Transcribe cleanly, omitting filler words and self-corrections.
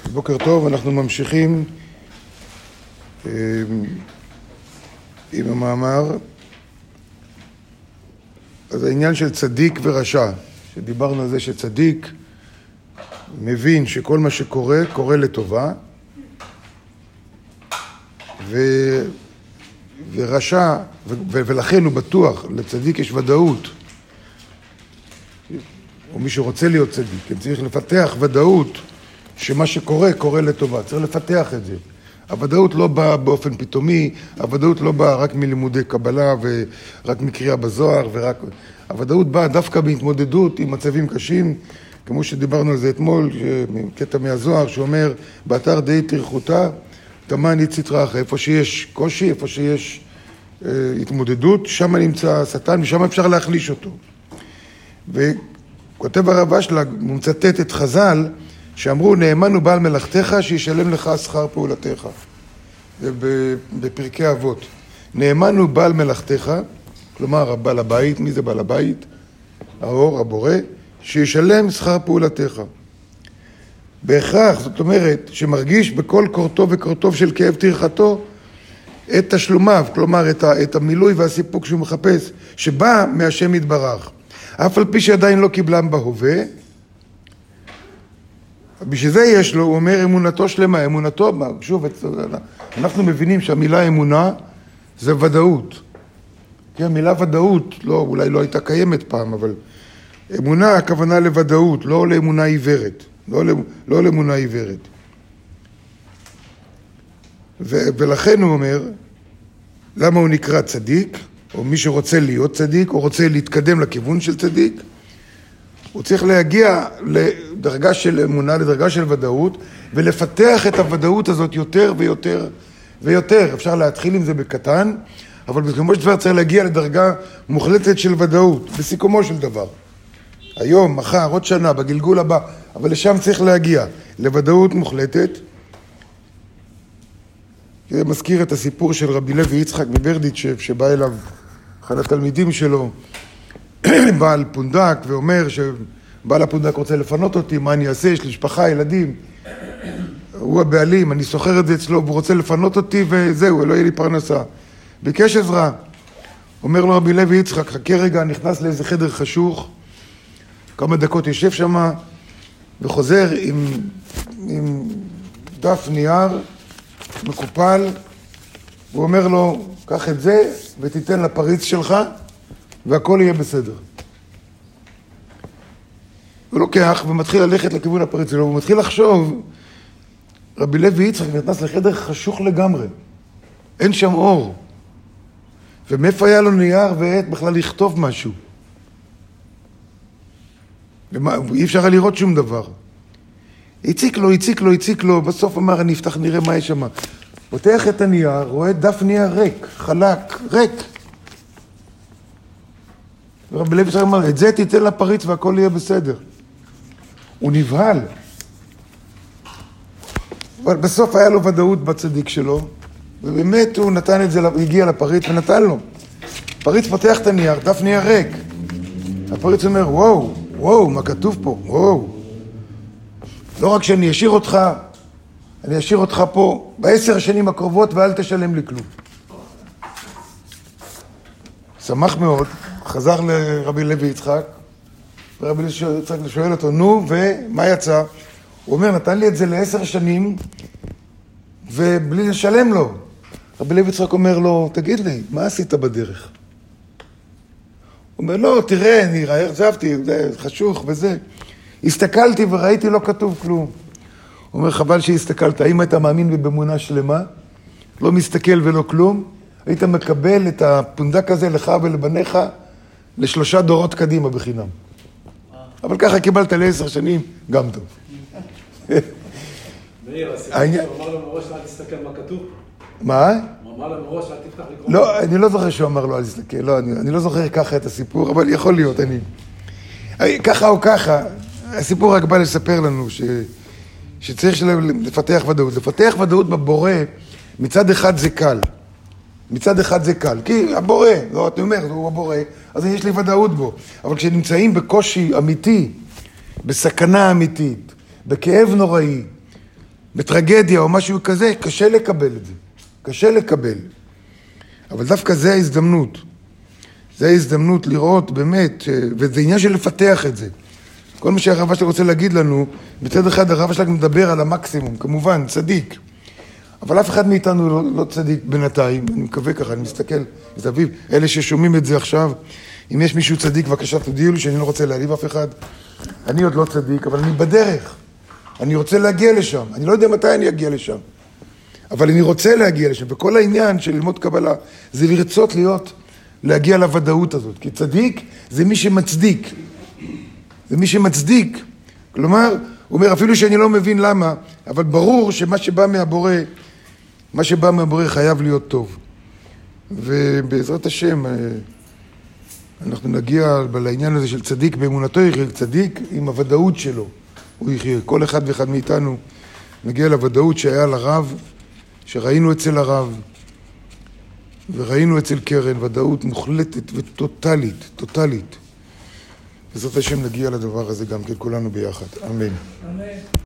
בוקר טוב, אנחנו ממשיכים עם המאמר. אז העניין של צדיק ורשע, שדיברנו על זה שצדיק מבין שכל מה שקורה, קורה לטובה, ורשע, ולכן הוא בטוח, לצדיק יש ודאות, או מי שרוצה להיות צדיק, צריך לפתח ודאות שמה שקורה, קורה לטובה. צריך לפתח את זה. הוודאות לא באה באופן פתאומי, הוודאות לא באה רק מלימודי קבלה ורק מקריאה בזוהר, הוודאות באה דווקא בהתמודדות עם מצבים קשים, כמו שדיברנו על זה אתמול, קטע מהזוהר שאומר, באתר די תרחותה, תמן יציטרח, איפה שיש קושי, איפה שיש התמודדות, שם נמצא השטן ושם אפשר להחליש אותו. וכותב הרב אשלג, הוא מצטט את חז"ל, שאמרו, נאמן הוא בעל מלאכתך שישלם לך שכר פעולתך. זה בפרקי אבות. נאמן הוא בעל מלאכתך, כלומר, בעל הבית, מי זה בעל הבית? האור, הבורא, שישלם שכר פעולתך. בהכרח, זאת אומרת, שמרגיש בכל קורטו וקורטוב של כאב תרחתו, את תשלומיו, כלומר, את המילוי והסיפוק שהוא מחפש, שבא מהשם יתברך. אף על פי שעדיין לא קיבלם בהווה, בשביל זה יש לו, הוא אומר, אמונתו שלמה, אמונתו, שוב, אנחנו מבינים שהמילה אמונה זה ודאות. כי המילה ודאות, לא, אולי לא הייתה קיימת פעם, אבל אמונה הכוונה לוודאות, לא לאמונה עיוורת, לא לאמונה עיוורת. ולכן הוא אומר, למה הוא נקרא צדיק, או מי שרוצה להיות צדיק, או רוצה להתקדם לכיוון של צדיק, הוא צריך להגיע לדרגה של אמונה, לדרגה של ודאות, ולפתח את הוודאות הזאת יותר ויותר ויותר. אפשר להתחיל עם זה בקטן, אבל בסיכומו של דבר צריך להגיע לדרגה מוחלטת של ודאות, בסיכומו של דבר. היום, מחר, עוד שנה, בגלגול הבא, אבל לשם צריך להגיע, לוודאות מוחלטת. זה מזכיר את הסיפור של רבי לוי יצחק מברדיצ'ב, שבא אליו אחד התלמידים שלו, בעל פונדק, ואומר שבעל הפונדק רוצה לפנות אותי, מה אני אעשה? יש לי משפחה, ילדים. הוא הבעלים, אני סוחר את זה אצלו, והוא רוצה לפנות אותי, וזהו, לא יהיה לי פרנסה. ביקש עזרה. אומר לו רבי לוי יצחק, חכה רגע, נכנס לאיזה חדר חשוך, כמה דקות יושב שם, וחוזר עם דף נייר מקופל, הוא אומר לו, קח את זה ותיתן לפריץ שלך, והכל יהיה בסדר. הוא לוקח ומתחיל ללכת לכיוון הפריץ שלו, הוא מתחיל לחשוב, רבי לוי יצחק נכנס לחדר חשוך לגמרי, אין שם אור, ומאיפה היה לו נייר ועט בכלל לכתוב משהו? אי אפשר היה לראות שום דבר. הציק לו, בסוף אמר, אני אפתח נראה מה יש שם. פותח את הנייר, רואה דף נייר ריק, חלק, ריק. ורבי לוי יצחק אמר, את זה תיתן לפריץ והכל יהיה בסדר. הוא נבהל. אבל בסוף היה לו ודאות בצדיק שלו, ובאמת הוא נתן את זה, הגיע לפריץ ונתן לו. הפריץ פותח את הנייר, דף נייר ריק. הפריץ אומר, וואו, מה כתוב פה? וואו. לא רק שאני אשאיר אותך, אני אשאיר אותך פה ב10 השנים הקרובות ואל תשלם לי כלום. שמח מאוד, חזר לרבי לוי יצחק, ורבי לוי יצחק שואל אותו, נו, ומה יצא? הוא אומר, נתן לי את זה ל10 שנים, ובלי לשלם לו. רבי לוי יצחק אומר לו, תגיד לי, מה עשית בדרך? הוא אומר, לא, תראה, אני עזבתי, זה חשוך וזה. הסתכלתי וראיתי לא כתוב כלום. הוא אומר, חבל שהסתכלת, האם אתה מאמין באמונה שלמה? לא מסתכל ולא כלום? היית מקבל את הפונדק הזה לך ולבניך ל3 דורות קדימה בחינם. אבל ככה קיבלת ל10 שנים, גם טוב. מאיר, הסיפור שהוא אמר לו מראש אל תסתכל מה כתוב? מה? הוא אמר לו מראש אל תפתח לקרוא? לא, אני לא זוכר שהוא אמר לו אל תסתכל, לא, אני לא זוכר ככה את הסיפור, אבל יכול להיות, ככה או ככה, הסיפור רק בא לספר לנו שצריך לפתח ודאות. לפתח ודאות בבורא, מצד אחד זה קל. כי הבורא, לא, אתה אומר, הוא הבורא, אז יש לי ודאות בו. אבל כשנמצאים בקושי אמיתי, בסכנה אמיתית, בכאב נוראי, בטרגדיה או משהו כזה, קשה לקבל את זה. קשה לקבל. אבל דווקא זה ההזדמנות. זה ההזדמנות לראות באמת, וזה עניין של לפתח את זה. כל מה שהרב אשלג רוצה להגיד לנו, בצד אחד הרב אשלג מדבר על המקסימום, כמובן, צדיק. אבל אף אחד מאיתנו לא צדיק בינתיים, אני מקווה ככה, אני מסתכל מסביב, אלה ששומעים את זה עכשיו, אם יש מישהו צדיק, בבקשה תודיעו לי שאני לא רוצה להעליב אף אחד. אני עוד לא צדיק, אבל אני בדרך. אני רוצה להגיע לשם. אני לא יודע מתי אני אגיע לשם. אבל אני רוצה להגיע לשם. וכל העניין של ללמוד קבלה, זה לרצות להגיע לוודאות הזאת. כי צדיק זה מי שמצדיק. זה מי שמצדיק. כלומר, הוא אומר, אפילו שאני לא מבין למה, אבל ברור שמה שבא מהבורא, חייב להיות טוב. ובעזרת השם, אנחנו נגיע לעניין הזה של צדיק באמונתו יחיה, צדיק עם הוודאות שלו. הוא יחיה. כל אחד ואחד מאיתנו נגיע לוודאות שהיה לרב, שראינו אצל הרב, וראינו אצל קרן, ודאות מוחלטת וטוטלית. בעזרת השם נגיע לדבר הזה גם כן כולנו ביחד. אמן.